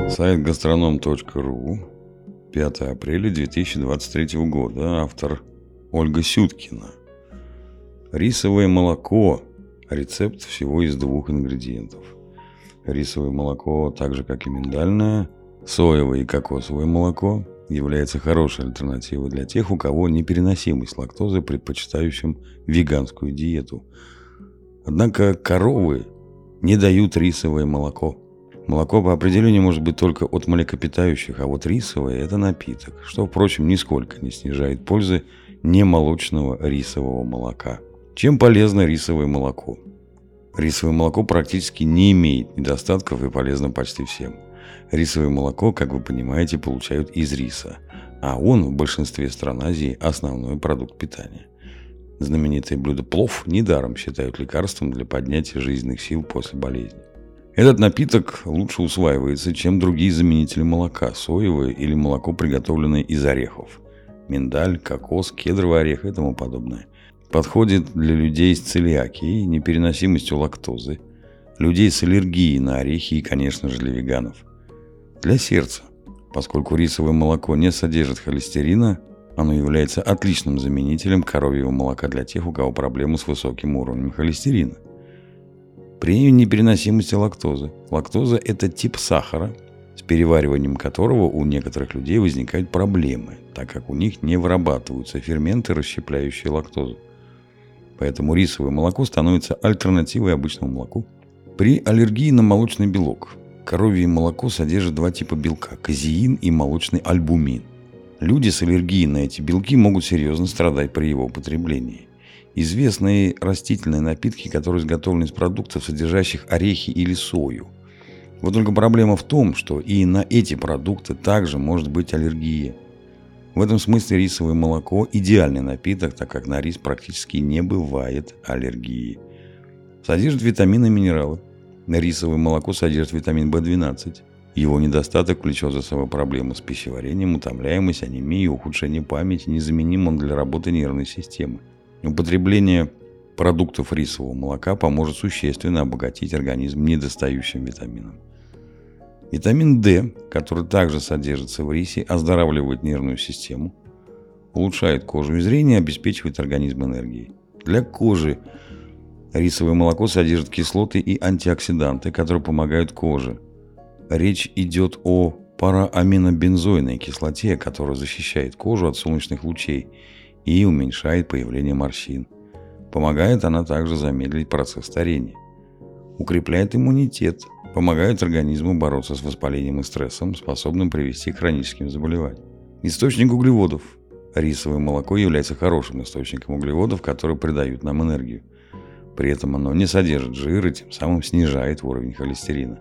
Сайт gastronom.ru, 5 апреля 2023 года. Автор Ольга Сюткина. Рисовое молоко. Рецепт всего из 2 ингредиентов. Рисовое молоко, так же как и миндальное, соевое и кокосовое молоко, является хорошей альтернативой для тех, у кого непереносимость лактозы, предпочитающим веганскую диету. Однако коровы не дают рисовое молоко. Молоко по определению может быть только от млекопитающих, а вот рисовое – это напиток, что, впрочем, нисколько не снижает пользы немолочного рисового молока. Чем полезно рисовое молоко? Рисовое молоко практически не имеет недостатков и полезно почти всем. Рисовое молоко, как вы понимаете, получают из риса, а он в большинстве стран Азии основной продукт питания. Знаменитое блюдо плов недаром считают лекарством для поднятия жизненных сил после болезни. Этот напиток лучше усваивается, чем другие заменители молока, соевое или молоко, приготовленное из орехов. Миндаль, кокос, кедровый орех и тому подобное. Подходит для людей с целиакией, непереносимостью лактозы, людей с аллергией на орехи и, конечно же, для веганов. Для сердца, поскольку рисовое молоко не содержит холестерина, оно является отличным заменителем коровьего молока для тех, у кого проблемы с высоким уровнем холестерина. При непереносимости лактозы. Лактоза – это тип сахара, с перевариванием которого у некоторых людей возникают проблемы, так как у них не вырабатываются ферменты, расщепляющие лактозу. Поэтому рисовое молоко становится альтернативой обычному молоку. При аллергии на молочный белок коровье молоко содержит 2 типа белка – казеин и молочный альбумин. Люди с аллергией на эти белки могут серьезно страдать при его употреблении. Известные растительные напитки, которые изготовлены из продуктов, содержащих орехи или сою. Вот только проблема в том, что и на эти продукты также может быть аллергия. В этом смысле рисовое молоко – идеальный напиток, так как на рис практически не бывает аллергии. Содержит витамины и минералы. Рисовое молоко содержит витамин В12. Его недостаток влечет за собой проблемы с пищеварением, утомляемость, анемию, ухудшение памяти, незаменим он для работы нервной системы. Употребление продуктов рисового молока поможет существенно обогатить организм недостающим витамином. Витамин D, который также содержится в рисе, оздоравливает нервную систему, улучшает кожу и зрение, обеспечивает организм энергией. Для кожи рисовое молоко содержит кислоты и антиоксиданты, которые помогают коже. Речь идет о парааминобензойной кислоте, которая защищает кожу от солнечных лучей и уменьшает появление морщин. Помогает она также замедлить процесс старения. Укрепляет иммунитет, помогает организму бороться с воспалением и стрессом, способным привести к хроническим заболеваниям. Источник углеводов. Рисовое молоко является хорошим источником углеводов, которые придают нам энергию. При этом оно не содержит жир и тем самым снижает уровень холестерина.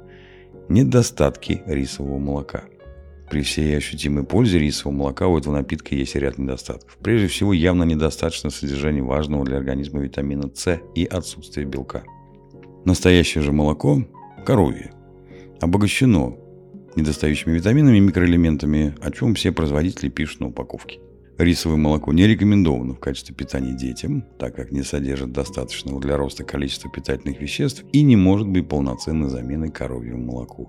Недостатки рисового молока. При всей ощутимой пользе рисового молока у этого напитка есть ряд недостатков. Прежде всего, явно недостаточно содержания важного для организма витамина С и отсутствие белка. Настоящее же молоко, коровье, обогащено недостающими витаминами и микроэлементами, о чем все производители пишут на упаковке. Рисовое молоко не рекомендовано в качестве питания детям, так как не содержит достаточного для роста количества питательных веществ и не может быть полноценной заменой коровьему молоку.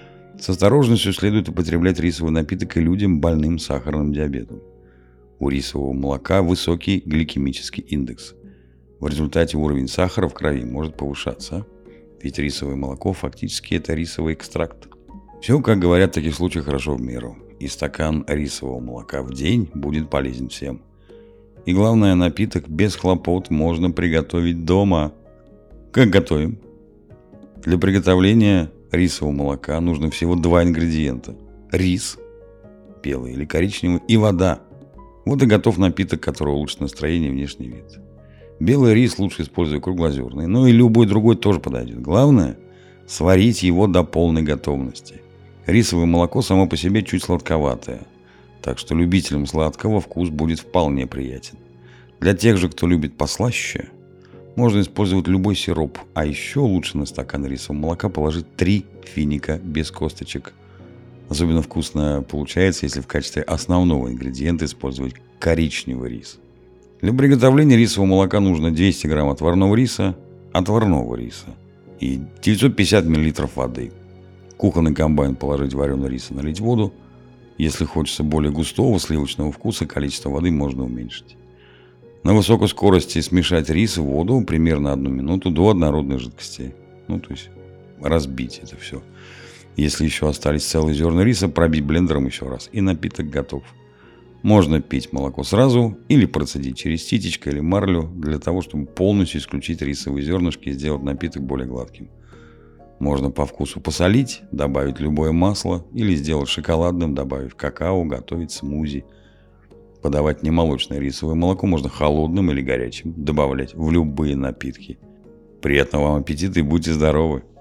С осторожностью следует употреблять рисовый напиток и людям, больным сахарным диабетом. У рисового молока высокий гликемический индекс. В результате уровень сахара в крови может повышаться, ведь рисовое молоко фактически это рисовый экстракт. Все, как говорят в таких случаях, хорошо в меру. И стакан рисового молока в день будет полезен всем. И главное, напиток без хлопот можно приготовить дома. Как готовим? Для приготовления рисового молока нужно всего 2 ингредиента. Рис, белый или коричневый, и вода. Вот и готов напиток, который улучшит настроение и внешний вид. Белый рис лучше использовать круглозерный, но и любой другой тоже подойдет. Главное – сварить его до полной готовности. Рисовое молоко само по себе чуть сладковатое, так что любителям сладкого вкус будет вполне приятен. Для тех же, кто любит послаще, можно использовать любой сироп, а еще лучше на стакан рисового молока положить 3 финика без косточек. Особенно вкусно получается, если в качестве основного ингредиента использовать коричневый рис. Для приготовления рисового молока нужно 200 грамм отварного риса и 950 мл воды. кухонный комбайн положить вареный рис и налить воду. Если хочется более густого сливочного вкуса, количество воды можно уменьшить. На высокой скорости смешать рис и воду примерно 1 минуту до однородной жидкости. То есть разбить это все. Если еще остались целые зерна риса, пробить блендером еще раз. И напиток готов. Можно пить молоко сразу или процедить через ситечко или марлю для того, чтобы полностью исключить рисовые зернышки и сделать напиток более гладким. Можно по вкусу посолить, добавить любое масло или сделать шоколадным, добавив какао, готовить смузи. Подавать немолочное рисовое молоко можно холодным или горячим, добавлять в любые напитки. Приятного вам аппетита и будьте здоровы!